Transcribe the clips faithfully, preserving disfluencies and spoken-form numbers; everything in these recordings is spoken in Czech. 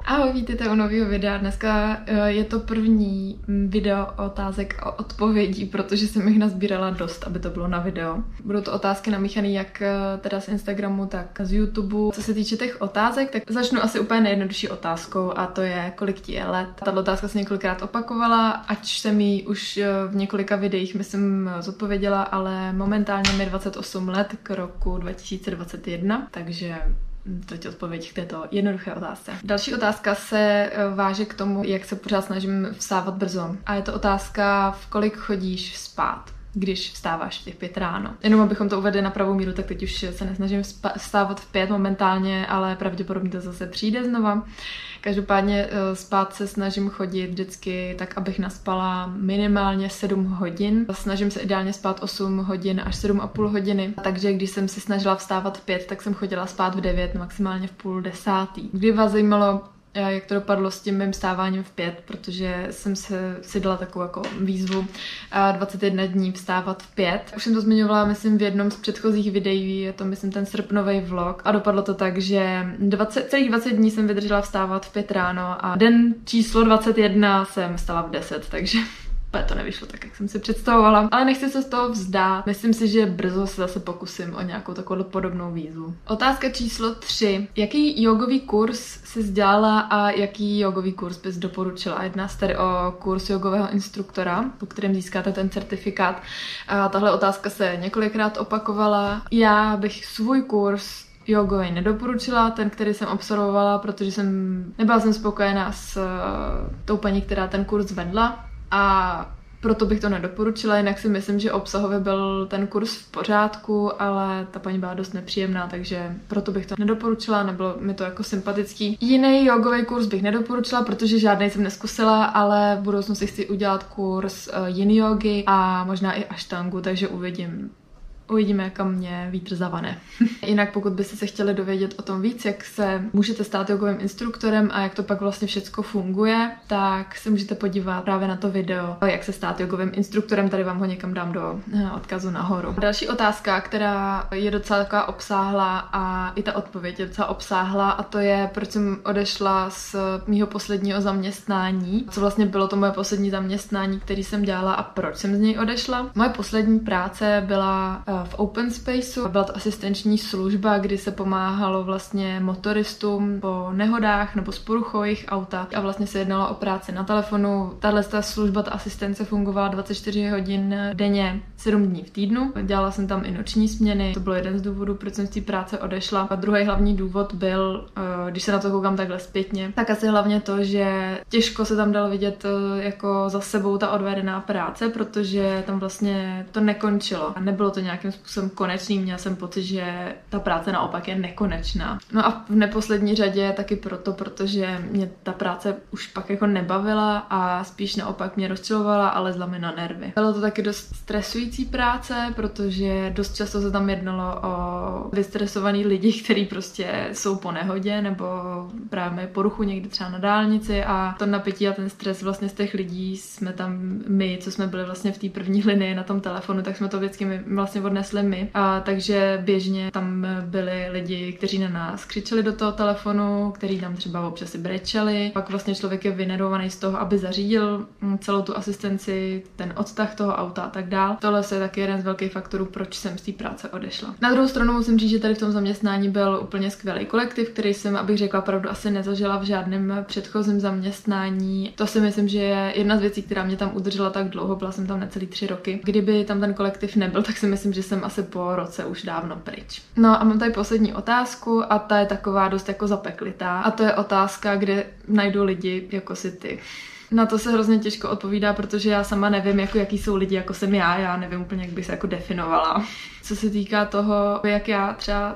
Ahoj, vítejte u nového videa. Dneska je to první video otázek a odpovědí, protože jsem jich nazbírala dost, aby to bylo na video. Budou to otázky namíchané jak teda z Instagramu, tak z YouTube. Co se týče těch otázek, tak začnu asi úplně nejjednodušší otázkou a to je, kolik ti je let. Tato otázka se několikrát opakovala, ať jsem ji už v několika videích, myslím, zodpověděla, ale momentálně mi dvacet osm let k roku dva tisíce dvacet jedna, takže to je odpověď k této jednoduché otázce. Další otázka se váže k tomu, jak se pořád snažím vstávat brzo. A je to otázka, v kolik chodíš spát, když vstáváš v těch pět ráno. Jenom abychom to uvedli na pravou míru, tak teď už se nesnažím vstávat v pět momentálně, ale pravděpodobně to zase přijde znova. Každopádně spát se snažím chodit vždycky tak, abych naspala minimálně sedm hodin. Snažím se ideálně spát osm hodin až sedm a půl hodiny. Takže když jsem se snažila vstávat v pět, tak jsem chodila spát v devět, maximálně v půl desátý. Kdyby vás zajímalo, jak to dopadlo s tím mým vstáváním v pět, protože jsem se, si dala takovou jako výzvu dvacet jedna dní vstávat v pět. Už jsem to zmiňovala, myslím, v jednom z předchozích videí, je to, myslím, ten srpnový vlog a dopadlo to tak, že dvacet, celých dvacet dní jsem vydržela vstávat v pět ráno a den číslo dvacet jedna jsem vstala v deset, takže to nevyšlo tak, jak jsem si představovala. Ale nechci se z toho vzdát. Myslím si, že brzo se zase pokusím o nějakou takovou podobnou výzvu. Otázka číslo tři. Jaký jogový kurz jsi dělala a jaký jogový kurz bys doporučila? Jedná se tady o kurz jogového instruktora, po kterém získáte ten certifikát. A tahle otázka se několikrát opakovala. Já bych svůj kurz jogovej nedoporučila, ten, který jsem absolvovala, protože jsem nebyla jsem spokojená s uh, tou paní, která ten kurz vedla. A proto bych to nedoporučila, jinak si myslím, že obsahově byl ten kurz v pořádku, ale ta paní byla dost nepříjemná, takže proto bych to nedoporučila, nebylo mi to jako sympatický. Jiný jogový kurz bych nedoporučila, protože žádnej jsem neskusila, ale v budoucnu si chci udělat kurz yin jogy a možná i aštangu, takže uvidím. Uvidíme, kam mě vítr zavane. Jinak pokud byste se chtěli dovědět o tom víc, jak se můžete stát jogovým instruktorem a jak to pak vlastně všecko funguje, tak se můžete podívat právě na to video, jak se stát jogovým instruktorem, tady vám ho někam dám do odkazu nahoru. Další otázka, která je docela taková obsáhlá a i ta odpověď je docela obsáhlá, a to je, proč jsem odešla z mýho posledního zaměstnání, co vlastně bylo to moje poslední zaměstnání, který jsem dělala a proč jsem z něj odešla. Moje poslední práce byla v Open Spaceu. Byla to asistenční služba, kdy se pomáhalo vlastně motoristům po nehodách nebo s poruchou jejich auta a vlastně se jednalo o práci na telefonu. Tahle služba, ta asistence fungovala dvacet čtyři hodin denně, sedm dní v týdnu. Dělala jsem tam i noční směny. To byl jeden z důvodů, proč jsem z té práce odešla. A druhý hlavní důvod byl, když se na to koukám takhle zpětně, tak asi hlavně to, že těžko se tam dalo vidět jako za sebou ta odvedená práce, protože tam vlastně to nekončilo a nebylo to nějakým způsobem konečný. Měla jsem pocit, že ta práce naopak je nekonečná. No a v neposlední řadě taky proto, protože mě ta práce už pak jako nebavila a spíš naopak mě rozčilovala a lezla mi na nervy. Bylo to taky dost stresující práce, protože dost často se tam jednalo o vystresovaný lidi, kteří prostě jsou po nehodě nebo právě poruchu někdy třeba na dálnici a to napětí a ten stres vlastně z těch lidí jsme tam my, co jsme byli vlastně v té první linii na tom telefonu, tak jsme to vždycky my vlastně odnesli my. A takže běžně tam byli lidi, kteří na nás křičeli do toho telefonu, kteří tam třeba občas i brečeli. Pak vlastně člověk je vynervovaný z toho, aby zařídil celou tu asistenci, ten odtah toho auta a tak dál. Tohle je taky jeden z velkých faktorů, proč jsem z té práce odešla. Na druhou stranu musím říct, že tady v tom zaměstnání byl úplně skvělý kolektiv, který jsem, abych řekla pravdu, asi nezažila v žádném předchozím zaměstnání. To si myslím, že je jedna z věcí, která mě tam udržela tak dlouho, byla jsem tam necelý tři roky. Kdyby tam ten kolektiv nebyl, tak si myslím, že jsem asi po roce už dávno pryč. No a mám tady poslední otázku a ta je taková dost jako zapeklitá. A to je otázka, kde najdu lidi jako si ty. Na to se hrozně těžko odpovídá, protože já sama nevím, jako jaký jsou lidi, jako jsem já, já nevím úplně, jak bych se jako definovala. Co se týká toho, jak já třeba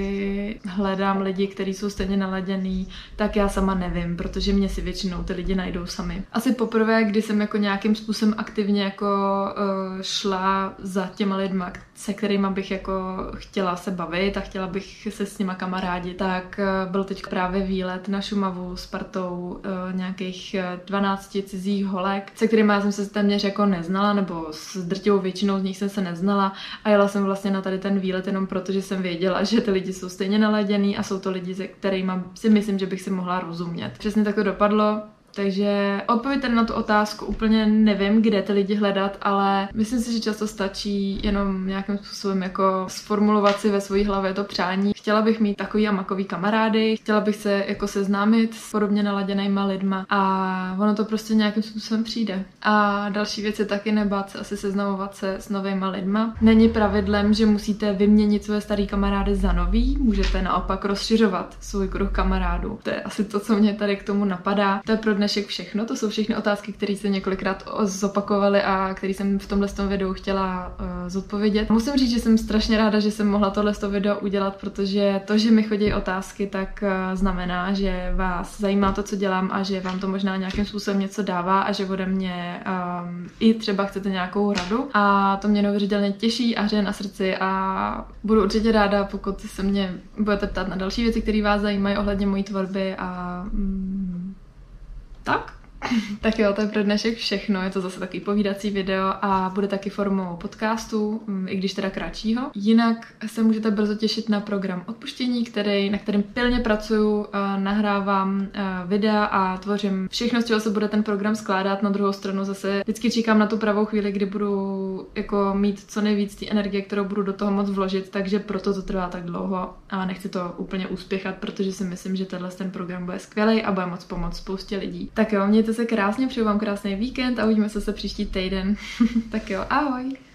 si hledám lidi, kteří jsou stejně naladěný, tak já sama nevím, protože mě si většinou ty lidi najdou sami. Asi poprvé, kdy jsem jako nějakým způsobem aktivně jako uh, šla za těma lidma, se kterýma bych jako chtěla se bavit a chtěla bych se s nima kamarádit, tak uh, byl teď právě výlet na Šumavu s partou uh, nějakých dvanácti cizích holek, se kterými já jsem se téměř jako neznala, nebo s drtivou většinou z nich jsem se neznala a jela jsem vlastně vlastně na tady ten výlet jenom proto, že jsem věděla, že ty lidi jsou stejně naladěný a jsou to lidi, se kterými si myslím, že bych si mohla rozumět. Přesně tak to dopadlo. Takže odpověď tady na tu otázku úplně nevím, kde ty lidi hledat, ale myslím si, že často stačí jenom nějakým způsobem jako sformulovat si ve své hlavě to přání. Chtěla bych mít takový a makový kamarády, chtěla bych se jako seznámit s podobně naladěnýma lidma a ono to prostě nějakým způsobem přijde. A další věc je taky nebát se asi seznamovat se s novýma lidma. Není pravidlem, že musíte vyměnit své starý kamarády za nový, můžete naopak rozšiřovat svůj kruh kamarádů. To je asi to, co mě tady k tomu napadá. To je pro dnešek všechno, to jsou všechny otázky, které se několikrát zopakovaly a které jsem v tomhle videu chtěla uh, zodpovědět. Musím říct, že jsem strašně ráda, že jsem mohla tohle video udělat, protože to, že mi chodí otázky, tak uh, znamená, že vás zajímá to, co dělám a že vám to možná nějakým způsobem něco dává a že ode mě um, i třeba chcete nějakou radu. A to mě neuvěřitelně těší a hřeje na srdci a budu určitě ráda, pokud se mě budete ptát na další věci, které vás zajímají ohledně mojí tvorby a mm, tak. Tak jo, to je pro dnešek všechno, je to zase takový povídací video a bude taky formou podcastu, i když teda kratšího. Jinak se můžete brzo těšit na program Odpuštění, který, na kterém pilně pracuju, nahrávám videa a tvořím všechno, z čeho se bude ten program skládat. Na druhou stranu zase vždycky čekám na tu pravou chvíli, kdy budu jako mít co nejvíc té energie, kterou budu do toho moc vložit, takže proto to trvá tak dlouho a nechci to úplně úspěchat, protože si myslím, že tenhle ten program bude skvělý a bude moc pomoct spoustě lidí. Tak jo, mějte se krásně, přeju vám krásný víkend a uvidíme se se příští týden. Tak jo, ahoj!